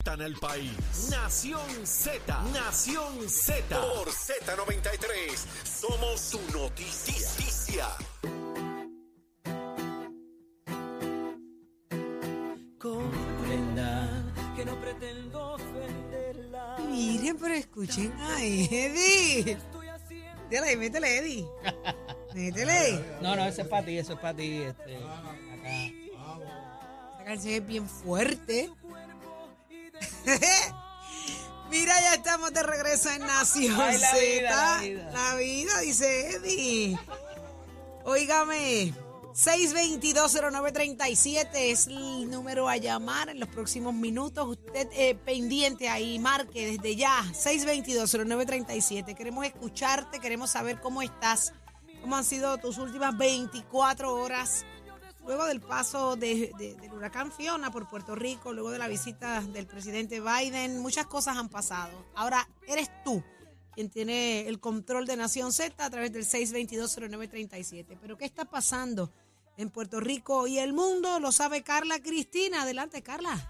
afectan al país. Nación Z. Nación Z. Por Z93. Somos su noticia. Comprenda que no pretendo ofenderla. Miren, pero escuchen a Eddie. Dale, métele, Eddie. Métele. No, eso es para ti, acá. Esta canción es bien fuerte. Mira, ya estamos de regreso en Nación Ay, la Z. vida. La vida, dice Eddie. Óigame, 6220937 es el número a llamar en los próximos minutos. Usted pendiente ahí, marque desde ya, 6220937. Queremos escucharte, queremos saber cómo estás, cómo han sido tus últimas 24 horas. Luego del paso del huracán Fiona por Puerto Rico, luego de la visita del presidente Biden, muchas cosas han pasado. Ahora eres tú quien tiene el control de Nación Z a través del 6220937. Pero ¿qué está pasando en Puerto Rico y el mundo? Lo sabe Carla Cristina. Adelante, Carla.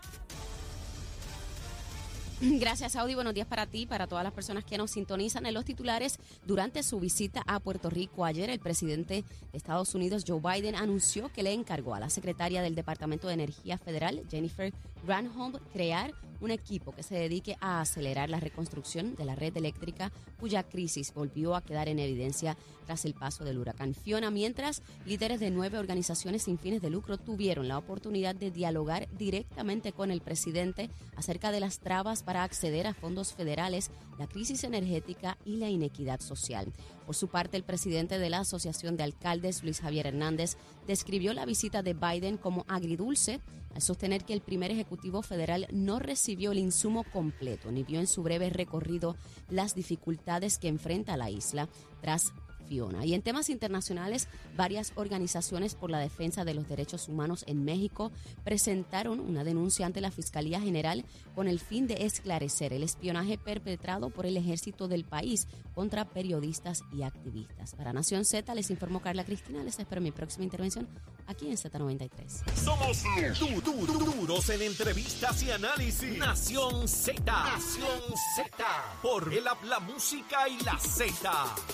Gracias, Audi. Buenos días para ti, para todas las personas que nos sintonizan en los titulares. Durante su visita a Puerto Rico ayer, el presidente de Estados Unidos, Joe Biden, anunció que le encargó a la secretaria del Departamento de Energía Federal, Jennifer Granholm, crear un equipo que se dedique a acelerar la reconstrucción de la red eléctrica, cuya crisis volvió a quedar en evidencia tras el paso del huracán Fiona, mientras líderes de 9 organizaciones sin fines de lucro tuvieron la oportunidad de dialogar directamente con el presidente acerca de las trabas para acceder a fondos federales, la crisis energética y la inequidad social. Por su parte, el presidente de la Asociación de Alcaldes, Luis Javier Hernández, describió la visita de Biden como agridulce, al sostener que el primer ejecutivo federal no recibió el insumo completo ni vio en su breve recorrido las dificultades que enfrenta la isla tras Fiona. Y en temas internacionales, varias organizaciones por la defensa de los derechos humanos en México presentaron una denuncia ante la Fiscalía General con el fin de esclarecer el espionaje perpetrado por el ejército del país contra periodistas y activistas. Para Nación Z, les informó Carla Cristina. Les espero mi próxima intervención aquí en Z93. Somos duros en entrevistas y análisis. Nación Z. Nación Z. Por la música y la Z.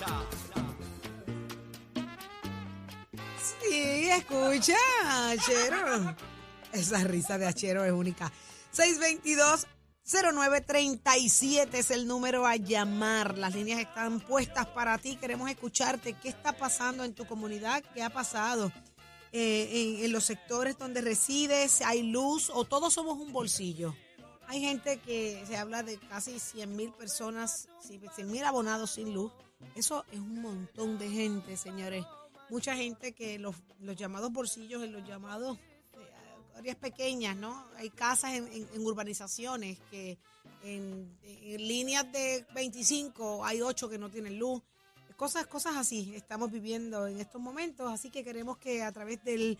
Sí, escucha, Achero. Esa risa de Achero es única. 6220937 es el número a llamar. Las líneas están puestas para ti. Queremos escucharte. ¿Qué está pasando en tu comunidad? ¿Qué ha pasado en los sectores donde resides? ¿Hay luz o todos somos un bolsillo? Hay gente que se habla de casi 100,000 personas, 100,000 abonados sin luz. Eso es un montón de gente, señores. Mucha gente que los llamados bolsillos, en los llamados áreas pequeñas, ¿no? Hay casas en urbanizaciones que en líneas de 25 hay 8 que no tienen luz. Cosas así estamos viviendo en estos momentos. Así que queremos que a través del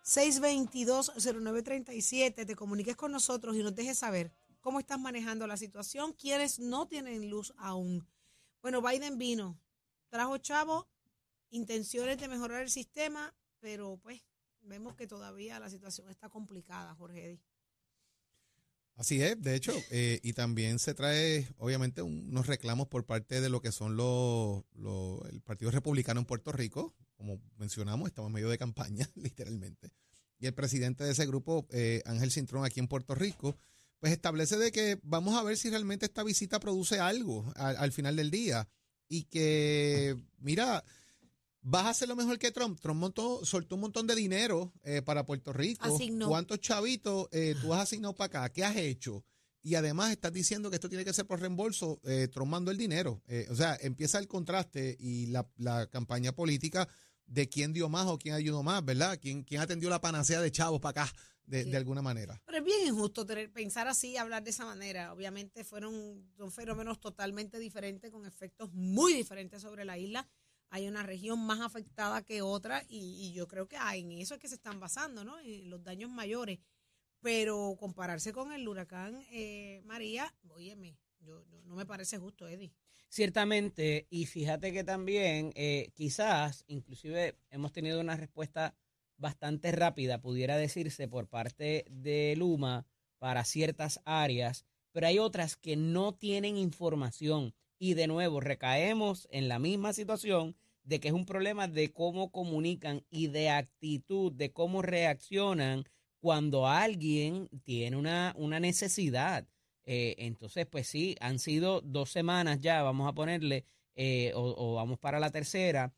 6220937 te comuniques con nosotros y nos dejes saber cómo estás manejando la situación, quiénes no tienen luz aún. Bueno, Biden vino, trajo chavos, intenciones de mejorar el sistema, pero pues vemos que todavía la situación está complicada, Jorge Eddy. Así es, de hecho, y también se trae obviamente unos reclamos por parte de lo que son el Partido Republicano en Puerto Rico. Como mencionamos, estamos en medio de campaña, literalmente. Y el presidente de ese grupo, Ángel Cintrón, aquí en Puerto Rico, pues establece de que vamos a ver si realmente esta visita produce algo al final del día. Y que, mira, vas a hacer lo mejor que Trump. Trump soltó un montón de dinero para Puerto Rico. Asignó. ¿Cuántos chavitos tú has asignado para acá? ¿Qué has hecho? Y además estás diciendo que esto tiene que ser por reembolso. Trump mandó el dinero. O sea, empieza el contraste y la campaña política de quién dio más o quién ayudó más, ¿verdad? ¿Quién atendió la panacea de chavos para acá de alguna manera? Pero es bien injusto pensar así, hablar de esa manera. Obviamente son fenómenos totalmente diferentes, con efectos muy diferentes sobre la isla. Hay una región más afectada que otra y yo creo que en eso es que se están basando, ¿no? En los daños mayores. Pero compararse con el huracán María, óyeme, no me parece justo, Eddie. Ciertamente, y fíjate que también quizás, inclusive hemos tenido una respuesta bastante rápida, pudiera decirse, por parte de Luma para ciertas áreas pero hay otras que no tienen información. Y de nuevo, recaemos en la misma situación de que es un problema de cómo comunican y de actitud, de cómo reaccionan cuando alguien tiene una necesidad. Entonces, pues sí, han sido 2 semanas ya, vamos a ponerle, o vamos para la tercera,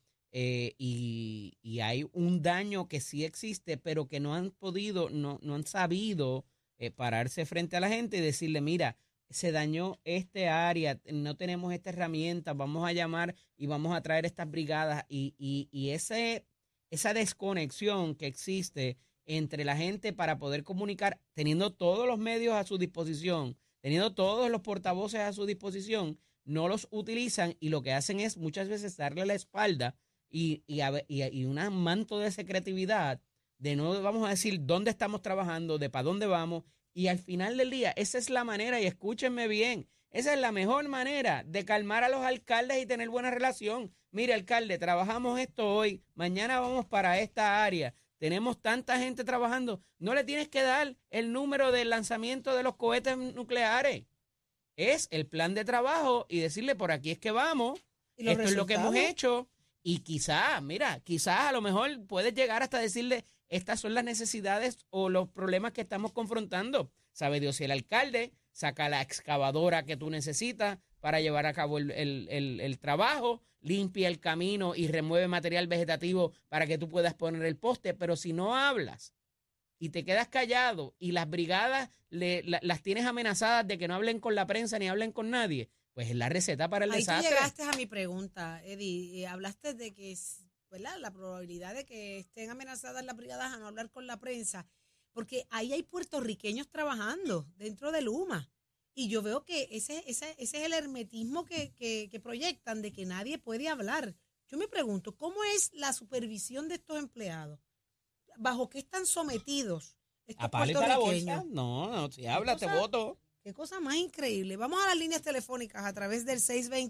y hay un daño que sí existe, pero que no han podido, no han sabido pararse frente a la gente y decirle, mira, se dañó este área, no tenemos esta herramienta, vamos a llamar y vamos a traer estas brigadas y esa desconexión que existe entre la gente para poder comunicar, teniendo todos los medios a su disposición, teniendo todos los portavoces a su disposición, no los utilizan y lo que hacen es muchas veces darle la espalda y un manto de secretividad de no vamos a decir dónde estamos trabajando, de para dónde vamos. Y al final del día, esa es la manera, y escúchenme bien, esa es la mejor manera de calmar a los alcaldes y tener buena relación. Mire, alcalde, trabajamos esto hoy, mañana vamos para esta área, tenemos tanta gente trabajando, no le tienes que dar el número del lanzamiento de los cohetes nucleares. Es el plan de trabajo y decirle por aquí es que vamos, esto es lo que hemos hecho. Y quizás, mira, quizás a lo mejor puedes llegar hasta decirle estas son las necesidades o los problemas que estamos confrontando. Sabe Dios si el alcalde saca la excavadora que tú necesitas para llevar a cabo el trabajo, limpia el camino y remueve material vegetativo para que tú puedas poner el poste. Pero si no hablas y te quedas callado y las brigadas las tienes amenazadas de que no hablen con la prensa ni hablen con nadie, pues es la receta para el desastre. Ahí tú llegaste a mi pregunta, Eddie. Hablaste de que, ¿verdad?, la probabilidad de que estén amenazadas las brigadas a no hablar con la prensa, porque ahí hay puertorriqueños trabajando dentro de Luma. Y yo veo que ese es el hermetismo que proyectan de que nadie puede hablar. Yo me pregunto, ¿cómo es la supervisión de estos empleados? ¿Bajo qué están sometidos estos ¿A palo y para la puertorriqueños? bolsa? No, si hablas te voto. Qué cosa más increíble. Vamos a las líneas telefónicas a través del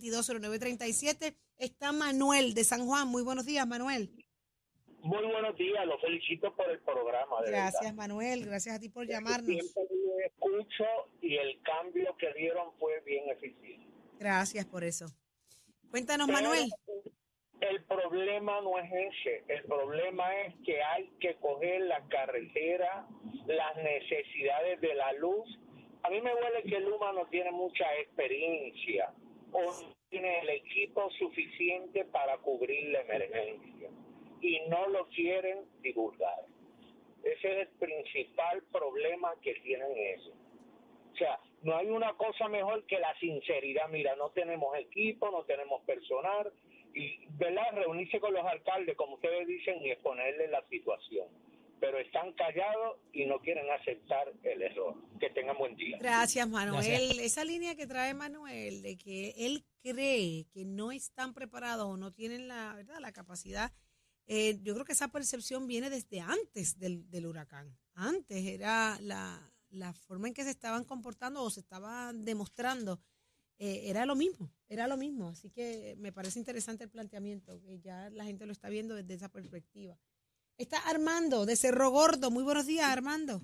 622-0937. Está Manuel de San Juan. Muy buenos días, Manuel. Muy buenos días, los felicito por el programa. Gracias, verdad. Manuel. Gracias a ti por llamarnos. Siempre lo escucho y el cambio que dieron fue bien eficiente. Gracias por eso. Cuéntanos, Pero Manuel. el problema no es ese. El problema es que hay que coger la carretera, las necesidades de la luz. A mí me huele que Luma no tiene mucha experiencia o no tiene el equipo suficiente para cubrir la emergencia y no lo quieren divulgar. Ese es el principal problema que tienen ellos. O sea, no hay una cosa mejor que la sinceridad. Mira, no tenemos equipo, no tenemos personal y, ¿verdad?, reunirse con los alcaldes, como ustedes dicen, y exponerles la situación. Pero están callados y no quieren aceptar el error. Que tengan buen día. Gracias, Manuel. Gracias. Esa línea que trae Manuel de que él cree que no están preparados o no tienen la capacidad, yo creo que esa percepción viene desde antes del huracán. Antes era la forma en que se estaban comportando o se estaban demostrando, era lo mismo. Así que me parece interesante el planteamiento, que ya la gente lo está viendo desde esa perspectiva. Está Armando de Cerro Gordo. Muy buenos días, Armando.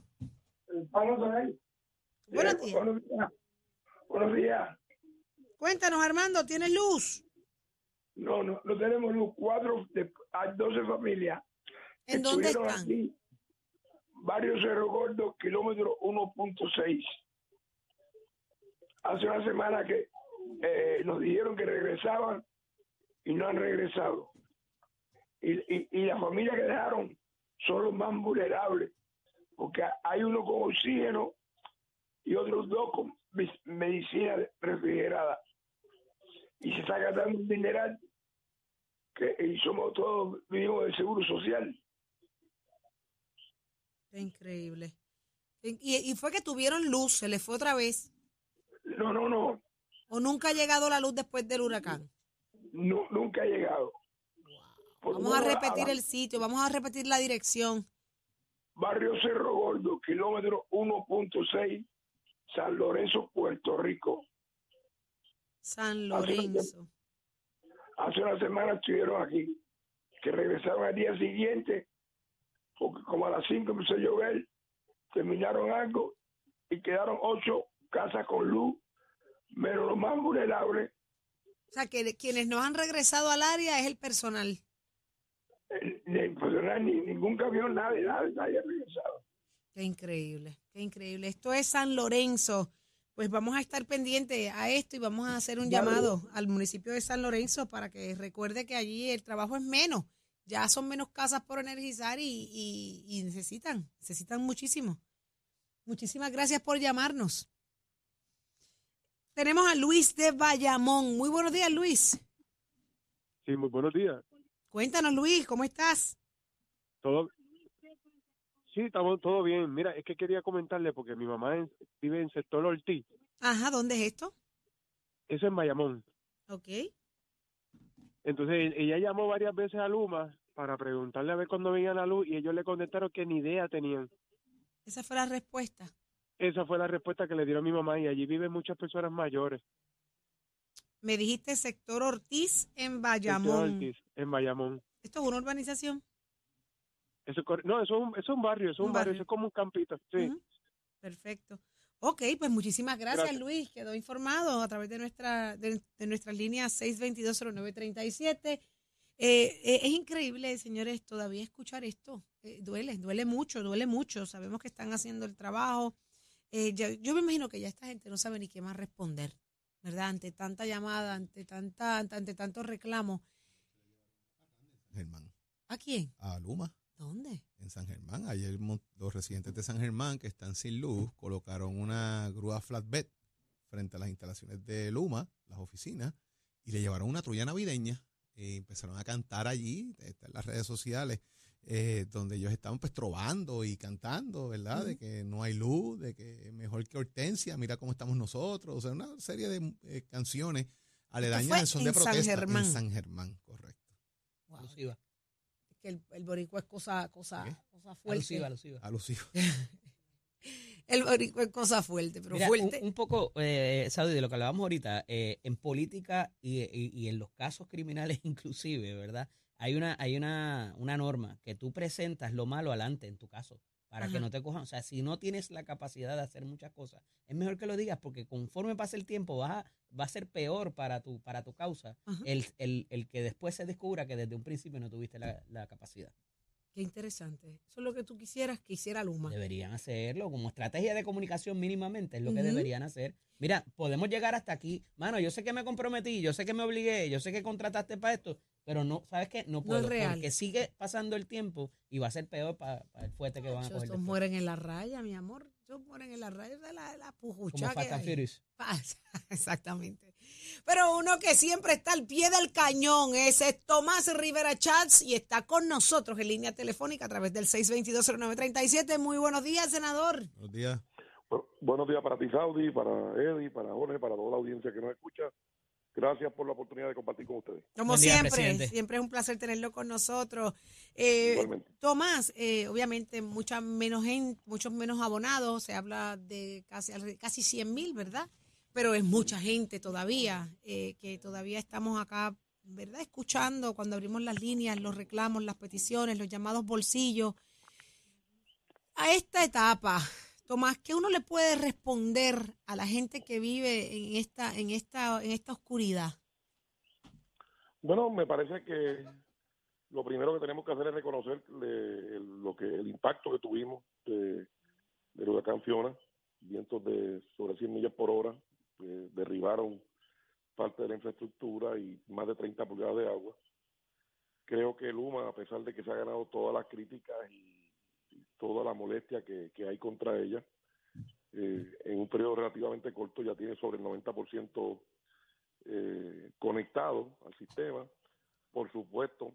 Buenos días. Buenos días. Cuéntanos, Armando, ¿tienes luz? No tenemos luz. 12 familias. ¿En dónde Estuvieron están? aquí, Barrio Cerro Gordo, kilómetro 1.6. Hace una semana que nos dijeron que regresaban y no han regresado. Y las familias que dejaron son los más vulnerables, porque hay uno con oxígeno y otros dos con medicina refrigerada. Y se está gastando un dineral y somos todos, vivimos del seguro social. Increíble. Y fue que tuvieron luz, se les fue otra vez. No. ¿O nunca ha llegado la luz después del huracán? No, nunca ha llegado. Vamos a repetir el sitio, vamos a repetir la dirección. Barrio Cerro Gordo, kilómetro 1.6, San Lorenzo, Puerto Rico. San Lorenzo. Hace una semana estuvieron aquí, que regresaron al día siguiente, porque como a las 5 empezó a llover, terminaron algo y quedaron 8 casas con luz, menos los más vulnerables. O sea, que quienes no han regresado al área es el personal. Ni personal, ni ningún camión, nadie ha regresado. Qué increíble, qué increíble. Esto es San Lorenzo. Pues vamos a estar pendientes a esto y vamos a hacer un llamado al municipio de San Lorenzo para que recuerde que allí el trabajo es menos. Ya son menos casas por energizar y necesitan muchísimo. Muchísimas gracias por llamarnos. Tenemos a Luis de Bayamón. Muy buenos días, Luis. Sí, muy buenos días. Cuéntanos, Luis, ¿cómo estás? ¿Todo? Sí, estamos todo bien. Mira, es que quería comentarle porque mi mamá vive en sector Ortiz. Ajá, ¿dónde es esto? Eso en Bayamón. Ok. Entonces, ella llamó varias veces a Luma para preguntarle a ver cuándo venía la luz y ellos le contestaron que ni idea tenían. Esa fue la respuesta. Esa fue la respuesta que le dieron a mi mamá y allí viven muchas personas mayores. Me dijiste sector Ortiz en Sector Bayamón. Ortiz, en Bayamón. ¿Esto es una urbanización? No, eso es un barrio, eso es un barrio, eso es como un campito. Sí. Ujú. Perfecto. Ok, pues muchísimas gracias, Gracias. Luis. Quedó informado a través de nuestras líneas 6220937. Es increíble, señores, todavía escuchar esto. Duele mucho. Sabemos que están haciendo el trabajo. Yo me imagino que ya esta gente no sabe ni qué más responder, ¿verdad? Ante tanta llamada, ante tanto reclamo. Germán, ¿A quién? a Luma, ¿Dónde? en San Germán. Ayer los residentes de San Germán que están sin luz colocaron una grúa flatbed frente a las instalaciones de Luma, las oficinas, y le llevaron una trulla navideña. Empezaron a cantar allí, está en las redes sociales, donde ellos estaban pues trovando y cantando, ¿verdad? De que no hay luz, de que mejor que Hortensia, mira cómo estamos nosotros. O sea, una serie de canciones aledañas en son de en San protesta. Germán. En San Germán, correcto. Wow. Alusiva. Es que el boricua es cosa fuerte. Alusiva. Alusivo. El boricua es cosa fuerte, pero Mira, fuerte. un poco, Saudi, de lo que hablábamos ahorita, en política y en los casos criminales inclusive, ¿verdad? Hay una norma que tú presentas lo malo adelante en tu caso para que Ajá. no te cojan. O sea, si no tienes la capacidad de hacer muchas cosas, es mejor que lo digas porque conforme pase el tiempo va a ser peor para tu causa Ajá. el que después se descubra que desde un principio no tuviste la capacidad. Qué interesante. Eso es lo que tú quisieras que hiciera Luma. Deberían hacerlo como estrategia de comunicación mínimamente, es lo que Ujú. deberían hacer. Mira, podemos llegar hasta aquí. Mano, yo sé que me comprometí, yo sé que me obligué, yo sé que contrataste para esto, pero no, ¿sabes qué? No puedo, es real. porque sigue pasando el tiempo y va a ser peor para el fuerte que van a coger Estos después. mueren en la raya, mi amor. Estos mueren en la raya de la pujucha Como que Fast and hay. Furious. Exactamente. Pero uno que siempre está al pie del cañón, ese es Tomás Rivera Chats y está con nosotros en línea telefónica a través del 6220937. Muy buenos días, senador. Buenos días. Buenos días para ti, Saudi, para Eddie, para Jorge, para toda la audiencia que nos escucha. Gracias por la oportunidad de compartir con ustedes. Como Buen día, siempre, presidente. siempre es un placer tenerlo con nosotros. Igualmente. Tomás, obviamente muchos menos abonados, se habla de casi 100,000, ¿verdad? Pero es mucha gente todavía, que todavía estamos acá, ¿verdad? Escuchando cuando abrimos las líneas, los reclamos, las peticiones, los llamados bolsillos. A esta etapa, Tomás, ¿qué uno le puede responder a la gente que vive en esta oscuridad? Bueno, me parece que lo primero que tenemos que hacer es reconocer el impacto que tuvimos del huracán Fiona, vientos de sobre 100 millas por hora, derribaron parte de la infraestructura y más de 30 pulgadas de agua. Creo que Luma, a pesar de que se ha ganado todas las críticas y toda la molestia que hay contra ella, en un periodo relativamente corto ya tiene sobre el 90% conectado al sistema. Por supuesto,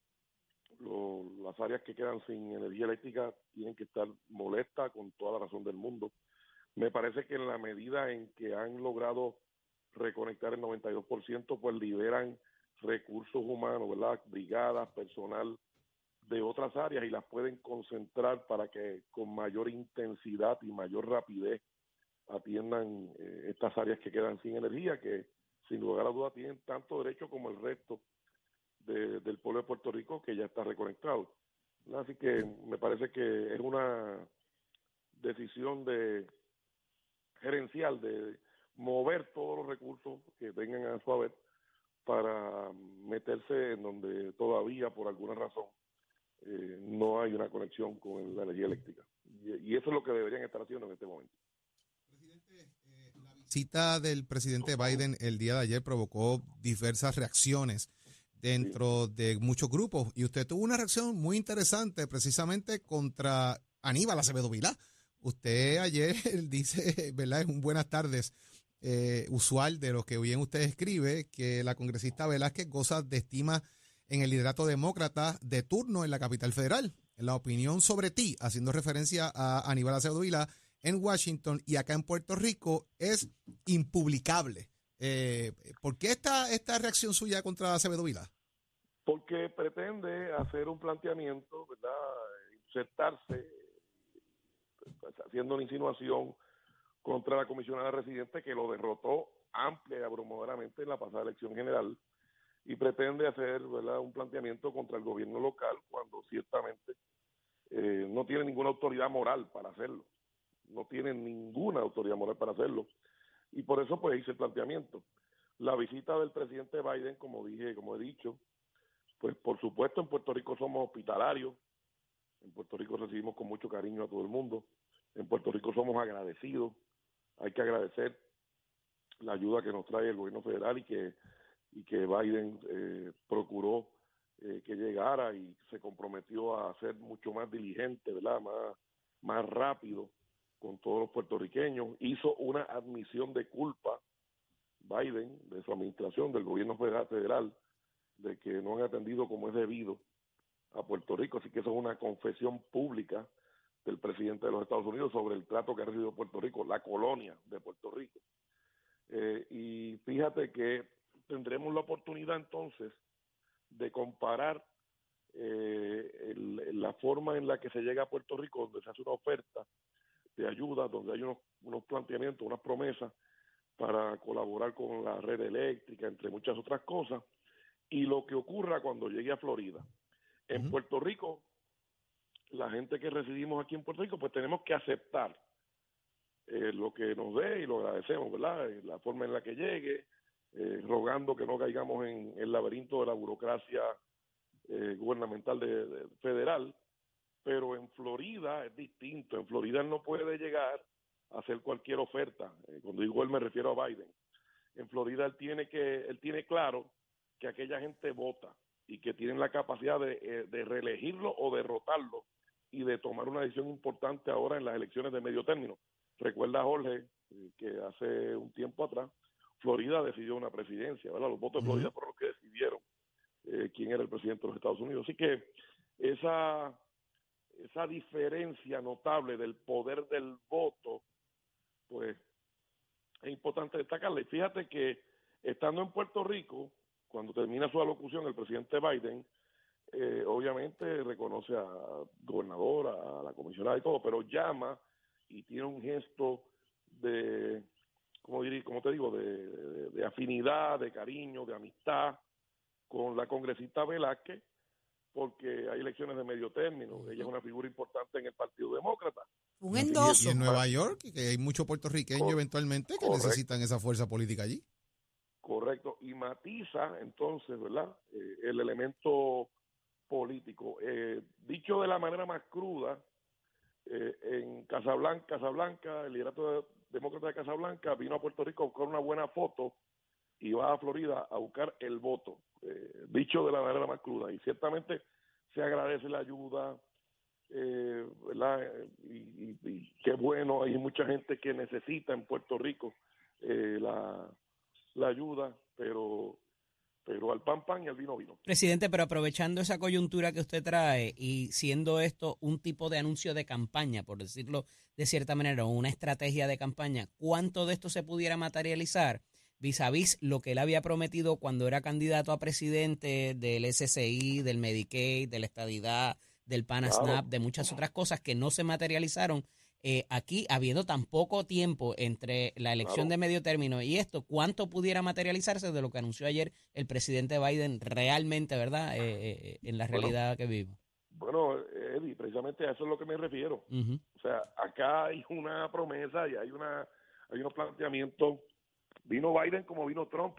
las áreas que quedan sin energía eléctrica tienen que estar molestas con toda la razón del mundo. Me parece que en la medida en que han logrado reconectar el 92%, pues liberan recursos humanos, ¿verdad? Brigadas, personal de otras áreas y las pueden concentrar para que con mayor intensidad y mayor rapidez atiendan estas áreas que quedan sin energía, que sin lugar a dudas tienen tanto derecho como el resto del pueblo de Puerto Rico que ya está reconectado. Así que me parece que es una decisión gerencial potencial de mover todos los recursos que tengan a su haber para meterse en donde todavía, por alguna razón, no hay una conexión con la energía eléctrica. Y eso es lo que deberían estar haciendo en este momento. La visita del presidente Biden el día de ayer provocó diversas reacciones dentro de muchos grupos, y usted tuvo una reacción muy interesante precisamente contra Aníbal Acevedo Vilá. Usted ayer dice, ¿verdad? Es un buenas tardes usual de lo que bien usted escribe, que la congresista Velázquez goza de estima en el liderato demócrata de turno en la capital federal. La opinión sobre ti, haciendo referencia a Aníbal Acevedo Vilá en Washington y acá en Puerto Rico, es impublicable. ¿Por qué esta reacción suya contra Acevedo Vilá? Porque pretende hacer un planteamiento, ¿verdad? Insertarse, haciendo una insinuación contra la comisionada residente que lo derrotó amplia y abrumadoramente en la pasada elección general, y pretende hacer, ¿verdad?, un planteamiento contra el gobierno local cuando ciertamente no tiene ninguna autoridad moral para hacerlo. No tiene ninguna autoridad moral para hacerlo. Y por eso pues hice el planteamiento. La visita del presidente Biden, como he dicho, pues por supuesto en Puerto Rico somos hospitalarios, en Puerto Rico recibimos con mucho cariño a todo el mundo, en Puerto Rico somos agradecidos, hay que agradecer la ayuda que nos trae el gobierno federal y que Biden procuró que llegara y se comprometió a ser mucho más diligente, ¿verdad?, más rápido con todos los puertorriqueños. Hizo una admisión de culpa Biden, de su administración, del gobierno federal, de que no han atendido como es debido a Puerto Rico, así que eso es una confesión pública del presidente de los Estados Unidos sobre el trato que ha recibido Puerto Rico, la colonia de Puerto Rico. Y fíjate que tendremos la oportunidad entonces de comparar la forma en la que se llega a Puerto Rico, donde se hace una oferta de ayuda, donde hay unos planteamientos, unas promesas para colaborar con la red eléctrica, entre muchas otras cosas, y lo que ocurra cuando llegue a Florida. En Puerto Rico, la gente que residimos aquí en Puerto Rico, pues tenemos que aceptar lo que nos dé, y lo agradecemos, ¿verdad?, la forma en la que llegue, rogando que no caigamos en el laberinto de la burocracia gubernamental federal. Pero en Florida es distinto. En Florida él no puede llegar a hacer cualquier oferta. Cuando digo él me refiero a Biden. En Florida él tiene claro que aquella gente vota y que tienen la capacidad de reelegirlo o derrotarlo y de tomar una decisión importante ahora en las elecciones de medio término. Recuerda, Jorge, que hace un tiempo atrás Florida decidió una presidencia, ¿verdad? Los votos de Florida fueron los que decidieron quién era el presidente de los Estados Unidos. Así que esa diferencia notable del poder del voto, pues es importante destacarla. Y fíjate que estando en Puerto Rico, cuando termina su alocución, el presidente Biden obviamente reconoce a gobernadora, a la comisionada y todo, pero llama y tiene un gesto de, como te digo, de afinidad, de cariño, de amistad con la congresista Velázquez, porque hay elecciones de medio término. Ella es una figura importante en el Partido Demócrata. Un endoso. Y en Nueva York, que hay muchos puertorriqueños eventualmente que necesitan esa fuerza política allí. Correcto. Y matiza entonces, ¿verdad?, el elemento político. Dicho de la manera más cruda, en Casablanca, el liderato demócrata de Casablanca vino a Puerto Rico a buscar una buena foto y va a Florida a buscar el voto, dicho de la manera más cruda. Y ciertamente se agradece la ayuda, ¿verdad? Y qué bueno, hay mucha gente que necesita en Puerto Rico la ayuda, pero al pan y al vino. Presidente, pero aprovechando esa coyuntura que usted trae y siendo esto un tipo de anuncio de campaña, por decirlo de cierta manera, o una estrategia de campaña, ¿cuánto de esto se pudiera materializar vis a vis lo que él había prometido cuando era candidato a presidente del SSI, del Medicaid, de la estadidad, del PANA-SNAP, de muchas otras cosas que no se materializaron? Aquí, habiendo tan poco tiempo entre la elección de medio término y esto, ¿cuánto pudiera materializarse de lo que anunció ayer el presidente Biden realmente, verdad, en la realidad que vivimos? Bueno, Eddie, precisamente a eso es lo que me refiero. O sea, acá hay una promesa y hay hay unos planteamientos. Vino Biden como vino Trump,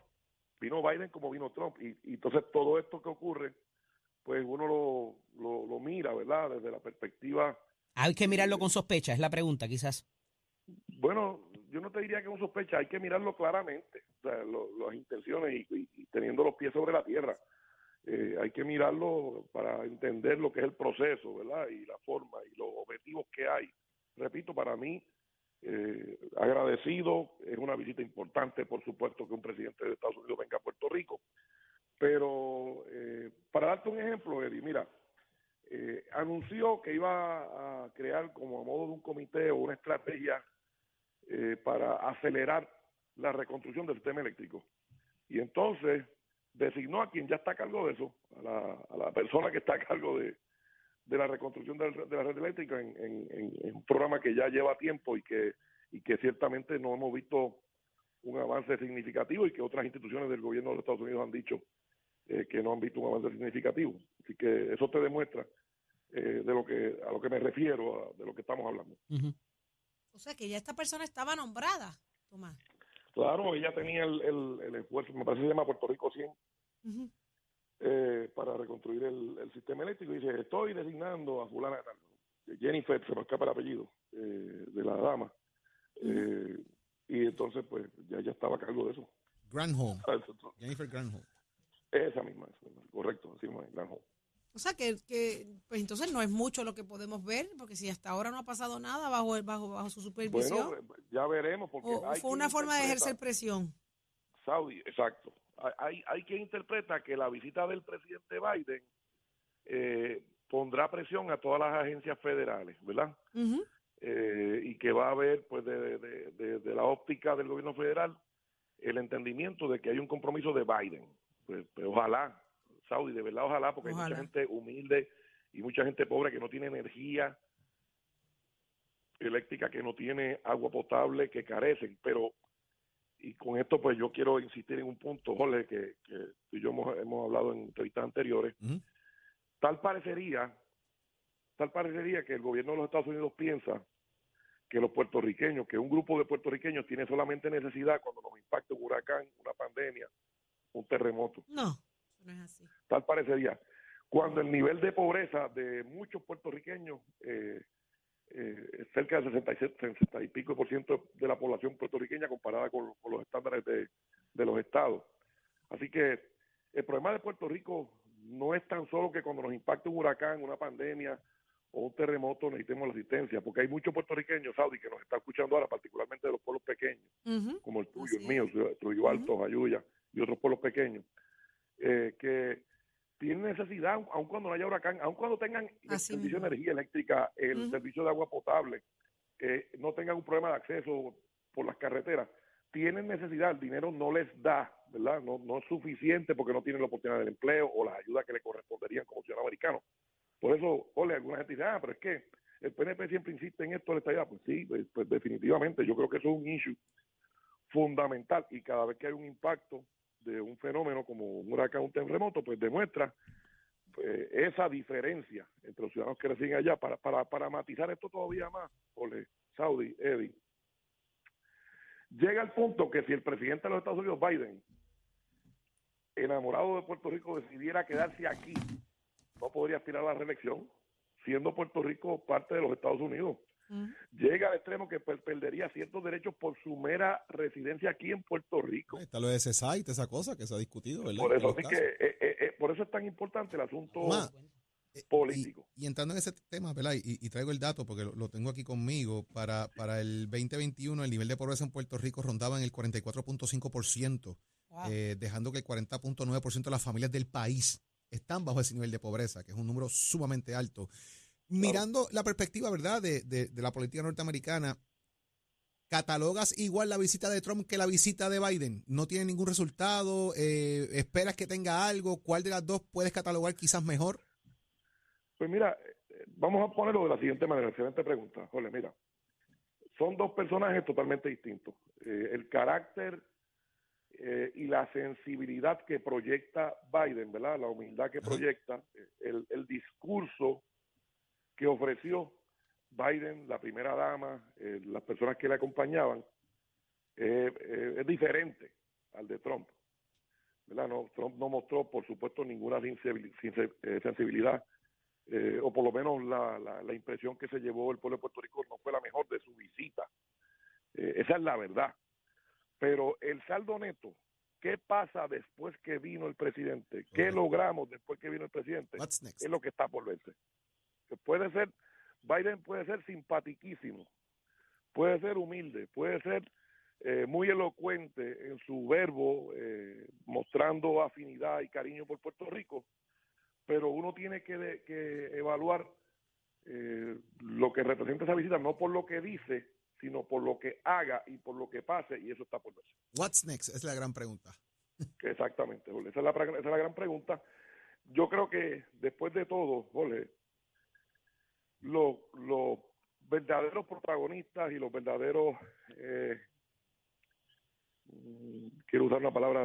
y entonces todo esto que ocurre, pues uno lo mira, ¿verdad? Desde la perspectiva. Hay que mirarlo con sospecha, es la pregunta, quizás. Bueno, yo no te diría que es una sospecha, hay que mirarlo claramente, o sea, las intenciones y teniendo los pies sobre la tierra. Hay que mirarlo para entender lo que es el proceso, ¿verdad? Y la forma y los objetivos que hay. Repito, para mí, agradecido, es una visita importante, por supuesto, que un presidente de Estados Unidos venga a Puerto Rico, pero para darte un ejemplo, Eddie, mira, anunció que iba a crear como a modo de un comité o una estrategia para acelerar la reconstrucción del sistema eléctrico. Y entonces designó a quien ya está a cargo de eso, a la persona que está a cargo de la reconstrucción de la red eléctrica en un programa que ya lleva tiempo y que ciertamente no hemos visto un avance significativo y que otras instituciones del gobierno de los Estados Unidos han dicho que no han visto un avance significativo. Así que eso te demuestra a lo que me refiero, de lo que estamos hablando. Uh-huh. O sea, que ya esta persona estaba nombrada, Tomás. Claro, ella tenía el esfuerzo, me parece que se llama Puerto Rico 100, Uh-huh. para reconstruir el sistema eléctrico. Y dice, estoy designando a fulana de tal, Jennifer, se me escapa el apellido, de la dama. Y entonces, pues, ya estaba a cargo de eso. Granholm. Jennifer Granholm. Esa misma, correcto, así misma, Granholm. O sea, que pues entonces no es mucho lo que podemos ver, porque si hasta ahora no ha pasado nada bajo su supervisión. Bueno, ya veremos, porque o fue una forma de ejercer presión. Saudi, exacto. Hay quien interpreta que la visita del presidente Biden pondrá presión a todas las agencias federales, ¿verdad? Uh-huh. Y que va a haber, pues, de la óptica del gobierno federal, el entendimiento de que hay un compromiso de Biden. Pues ojalá, Saudi, de verdad ojalá, porque Ojalá. hay mucha gente humilde y mucha gente pobre que no tiene energía eléctrica, que no tiene agua potable, que carecen, pero y con esto pues yo quiero insistir en un punto, Jorge, que tú y yo hemos hablado en entrevistas anteriores. Uh-huh. Tal parecería que el gobierno de los Estados Unidos piensa que los puertorriqueños, que un grupo de puertorriqueños tiene solamente necesidad cuando nos impacta un huracán, una pandemia, un terremoto. No es así. Tal parecería. Cuando el nivel de pobreza de muchos puertorriqueños, cerca del 60 y pico % de la población puertorriqueña comparada con los estándares de los estados. Así que el problema de Puerto Rico no es tan solo que cuando nos impacta un huracán, una pandemia o un terremoto necesitemos la asistencia, porque hay muchos puertorriqueños, Saudi, que nos están escuchando ahora, particularmente de los pueblos pequeños, Uh-huh. como el tuyo, Así el mío, Trujillo Alto, Jayuya y otros pueblos pequeños, que tienen necesidad, aun cuando no haya huracán, aun cuando tengan el Así servicio mismo. de energía eléctrica, el Uh-huh. servicio de agua potable, no tengan un problema de acceso por las carreteras, tienen necesidad, el dinero no les da, ¿verdad? No es suficiente porque no tienen la oportunidad del empleo o las ayudas que le corresponderían como ciudadano americano. Por eso, alguna gente dice, pero es que el PNP siempre insiste en esto de la estadidad. Pues sí, pues definitivamente, yo creo que eso es un issue fundamental, y cada vez que hay un impacto de un fenómeno como un huracán, un terremoto, pues demuestra esa diferencia entre los ciudadanos que residen allá. Para matizar esto todavía más, Saudi, Eddie, llega el punto que si el presidente de los Estados Unidos, Biden, enamorado de Puerto Rico, decidiera quedarse aquí, no podría aspirar a la reelección, siendo Puerto Rico parte de los Estados Unidos. Uh-huh. Llega al extremo que perdería ciertos derechos por su mera residencia aquí en Puerto Rico. Está lo de CESAIT, esa cosa que se ha discutido, ¿verdad? Por eso, así que por eso es tan importante el asunto político. Y entrando en ese tema, ¿verdad? Y traigo el dato porque lo tengo aquí conmigo. Para el 2021 el nivel de pobreza en Puerto Rico rondaba en el 44.5%, Wow. dejando que el 40.9% de las familias del país están bajo ese nivel de pobreza, que es un número sumamente alto. Mirando la perspectiva, ¿verdad?, de la política norteamericana, ¿catalogas igual la visita de Trump que la visita de Biden? ¿No tiene ningún resultado? ¿Esperas que tenga algo? ¿Cuál de las dos puedes catalogar quizás mejor? Pues mira, vamos a ponerlo de la siguiente manera. Excelente pregunta, Jorge. Mira, son dos personajes totalmente distintos. El carácter y la sensibilidad que proyecta Biden, ¿verdad? La humildad que proyecta, el discurso que ofreció Biden, la primera dama, las personas que le acompañaban, es diferente al de Trump, ¿verdad? No, Trump no mostró, por supuesto, ninguna sensibilidad, o por lo menos la impresión que se llevó el pueblo de Puerto Rico no fue la mejor de su visita. Esa es la verdad. Pero el saldo neto, ¿qué pasa después que vino el presidente? ¿Qué logramos después que vino el presidente? Es lo que está por verse. Biden puede ser simpatiquísimo, puede ser humilde, puede ser muy elocuente en su verbo, mostrando afinidad y cariño por Puerto Rico, pero uno tiene que evaluar lo que representa esa visita, no por lo que dice, sino por lo que haga y por lo que pase, y eso está por verse. What's next? Es la gran pregunta. Exactamente, Jorge. Esa es la gran pregunta. Yo creo que después de todo, Jorge, los verdaderos protagonistas y los verdaderos, quiero usar una palabra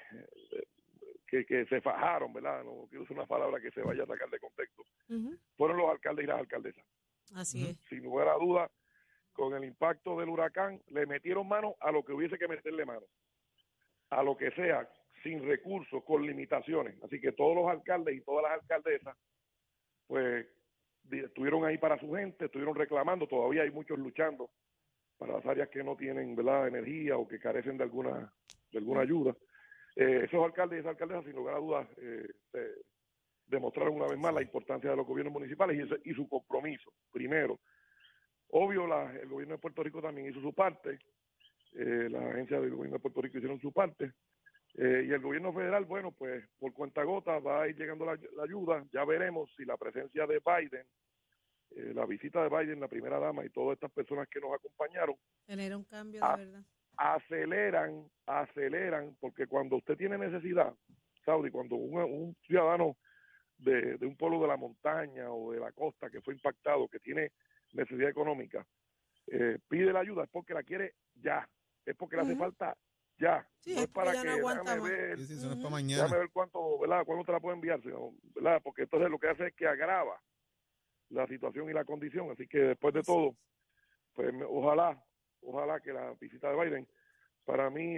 que se fajaron, ¿verdad? No quiero usar una palabra que se vaya a sacar de contexto. Fueron los alcaldes y las alcaldesas. Así es. Sin lugar a duda, con el impacto del huracán, le metieron mano a lo que hubiese que meterle mano, a lo que sea, sin recursos, con limitaciones. Así que todos los alcaldes y todas las alcaldesas, pues, estuvieron ahí para su gente, estuvieron reclamando, todavía hay muchos luchando para las áreas que no tienen, ¿verdad?, energía o que carecen de alguna ayuda. Esos alcaldes y esas alcaldesas, sin lugar a dudas, demostraron una vez más la importancia de los gobiernos municipales y su compromiso. Primero, obvio, el gobierno de Puerto Rico también hizo su parte, las agencias del gobierno de Puerto Rico hicieron su parte, y el gobierno federal, bueno, pues por cuentagota va a ir llegando la ayuda. Ya veremos si la presencia de Biden, la visita de Biden, la primera dama y todas estas personas que nos acompañaron, genera un cambio de verdad. Aceleran, porque cuando usted tiene necesidad, Saudi, cuando un ciudadano de un pueblo de la montaña o de la costa que fue impactado, que tiene necesidad económica, pide la ayuda, es porque la quiere ya, es porque le hace falta ya. Sí, no es para que no aguanta déjame ver, eso no es para mañana. déjame ver cuánto te la puedo enviar, sino, ¿verdad? Porque entonces lo que hace es que agrava la situación y la condición. Así que después de todo, pues ojalá que la visita de Biden, para mí,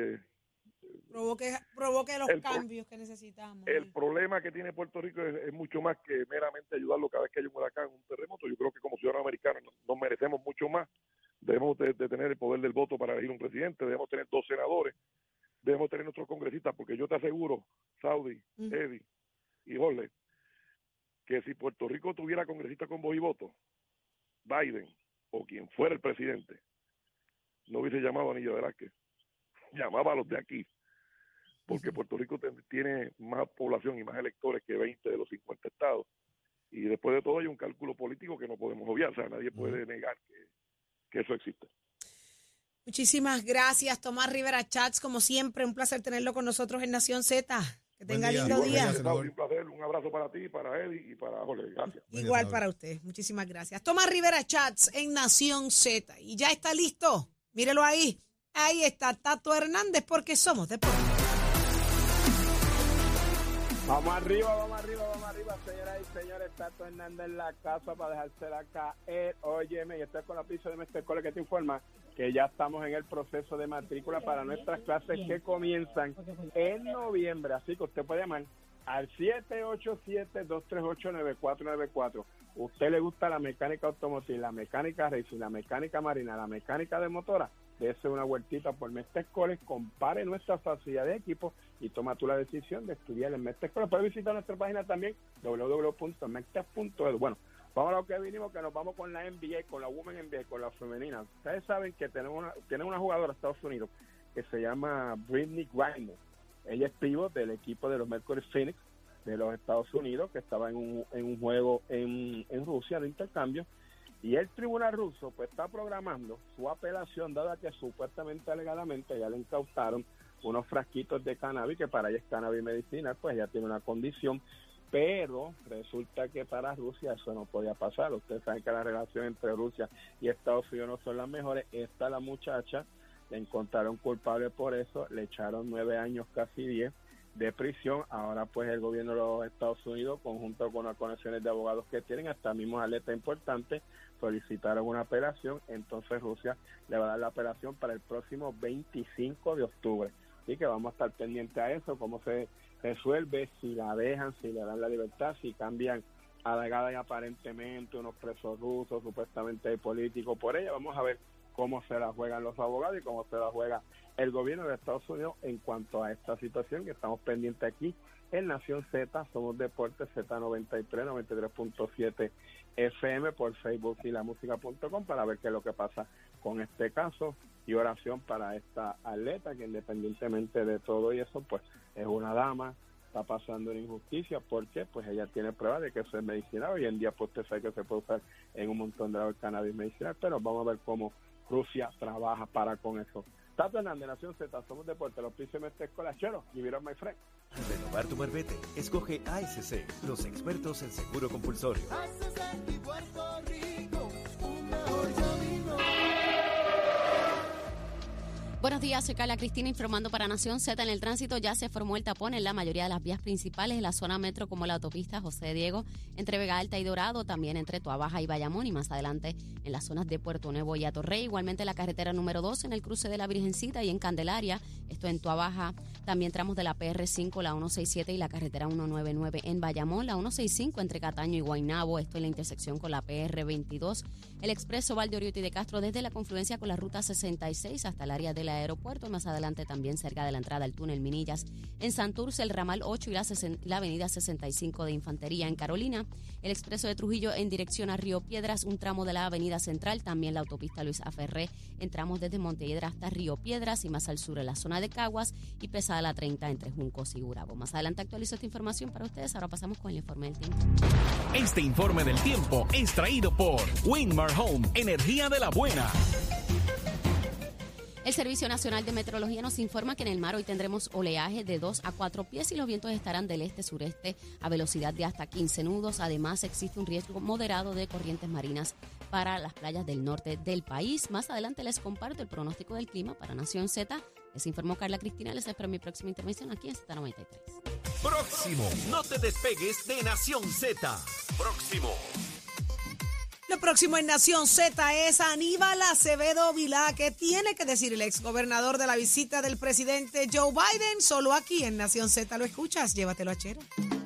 provoque los cambios que necesitamos. El problema que tiene Puerto Rico es mucho más que meramente ayudarlo cada vez que hay un huracán, un terremoto. Yo creo que como ciudadanos americanos nos merecemos mucho más. Debemos de tener el poder del voto para elegir un presidente, debemos tener 2 senadores, debemos tener nuestros congresistas, porque yo te aseguro, Saudi, Eddie y Jorge, que si Puerto Rico tuviera congresistas con voz y voto, Biden o quien fuera el presidente no hubiese llamado a Anillo Velázquez, llamaba a los de aquí, porque Puerto Rico tiene más población y más electores que 20 de los 50 estados, y después de todo hay un cálculo político que no podemos obviar. O sea, nadie puede negar que eso existe. Muchísimas gracias, Tomás Rivera Chats, como siempre, un placer tenerlo con nosotros en Nación Z. Que tenga lindo día. Un placer, un abrazo para ti, para Eddie y para Jorge. Gracias. Igual para usted. Muchísimas gracias. Tomás Rivera Chats en Nación Z. Y ya está listo. Mírelo ahí. Ahí está Tato Hernández, porque somos deportes. Vamos arriba, señoras y señores. Tato Hernández en la casa para dejársela caer. Óyeme, y estoy con la piso de Mestre Cole que te informa que ya estamos en el proceso de matrícula para nuestras clases que comienzan en noviembre. Así que usted puede llamar al 787-238-9494. ¿Usted le gusta la mecánica automotriz, la mecánica racing, la mecánica marina, la mecánica de motora? Dese una vueltita por Mestre Cole, compare nuestra facilidad de equipo y toma tú la decisión de estudiar en Mestre Cole. Puede visitar nuestra página también, www.mestre.edu. Bueno, vamos a lo que vinimos, que nos vamos con la NBA, con la Women NBA, con la femenina. Ustedes saben que tienen una jugadora de Estados Unidos que se llama Brittney Griner. Ella es pivot del equipo de los Mercury Phoenix de los Estados Unidos, que estaba en un juego en Rusia de intercambio. Y el tribunal ruso pues está programando su apelación, dada que supuestamente, alegadamente, ya le incautaron unos frasquitos de cannabis, que para ella es cannabis medicinal, pues ella tiene una condición, pero resulta que para Rusia eso no podía pasar. Ustedes saben que la relación entre Rusia y Estados Unidos no son las mejores. Esta, la muchacha, la encontraron culpable por eso, le echaron 9 años, casi 10, de prisión. Ahora pues el gobierno de los Estados Unidos, conjunto con las conexiones de abogados que tienen, hasta mismos atletas importantes, solicitaron una apelación. Entonces Rusia le va a dar la apelación para el próximo 25 de octubre. Así que vamos a estar pendientes a eso, cómo se resuelve, si la dejan, si le dan la libertad, si cambian alegada y aparentemente unos presos rusos, supuestamente políticos por ella. Vamos a ver cómo se la juegan los abogados y cómo se la juega el gobierno de Estados Unidos en cuanto a esta situación, que estamos pendientes aquí en Nación Z. Somos Deportes Z93, 93.7 FM por Facebook y lamusica.com para ver qué es lo que pasa con este caso, y oración para esta atleta que, independientemente de todo y eso, pues es una dama, está pasando una injusticia, porque pues ella tiene pruebas de que eso es medicinal. Hoy en día pues usted sabe que se puede usar en un montón de cannabis medicinal, pero vamos a ver cómo Rusia trabaja para con eso. Tato Hernández, Nación Z, somos Deportes, los pisos de Escolachero, y vieron my friend. Renovar tu marbete. Escoge ASC, los expertos en seguro compulsorio. Buenos días, soy Carla Cristina informando para Nación Z. En el tránsito ya se formó el tapón en la mayoría de las vías principales en la zona metro, como la autopista José Diego, entre Vega Alta y Dorado, también entre Tuabaja y Bayamón, y más adelante en las zonas de Puerto Nuevo y Atorrey. Igualmente la carretera número 2 en el cruce de la Virgencita y en Candelaria, esto en Tuabaja. También tramos de la PR5, la 167 y la carretera 199 en Bayamón, la 165 entre Cataño y Guaynabo, esto en la intersección con la PR22. El expreso Valdeoriotti de Castro desde la confluencia con la ruta 66 hasta el área del aeropuerto, más adelante también cerca de la entrada al túnel Minillas. En Santurce, el ramal 8 y la avenida 65 de Infantería. En Carolina, el expreso de Trujillo en dirección a Río Piedras, un tramo de la avenida Central, también la autopista Luis Aferré, entramos desde Montelledra hasta Río Piedras y más al sur en la zona de Caguas, y pesada la 30 entre Juncos y Gurabo. Más adelante actualizo esta información para ustedes. Ahora pasamos con el informe del tiempo. Este informe del tiempo es traído por Winmar Home, energía de la buena. El Servicio Nacional de Meteorología nos informa que en el mar hoy tendremos oleaje de 2 a 4 pies y los vientos estarán del este-sureste a velocidad de hasta 15 nudos. Además, existe un riesgo moderado de corrientes marinas para las playas del norte del país. Más adelante les comparto el pronóstico del clima para Nación Z. Les informó Carla Cristina. Les espero mi próxima intervención aquí en Z93. Próximo. No te despegues de Nación Z. Próximo. Lo próximo en Nación Z es Aníbal Acevedo Vilá. ¿Qué tiene que decir el exgobernador de la visita del presidente Joe Biden? Solo aquí en Nación Z lo escuchas. Llévatelo a Chero.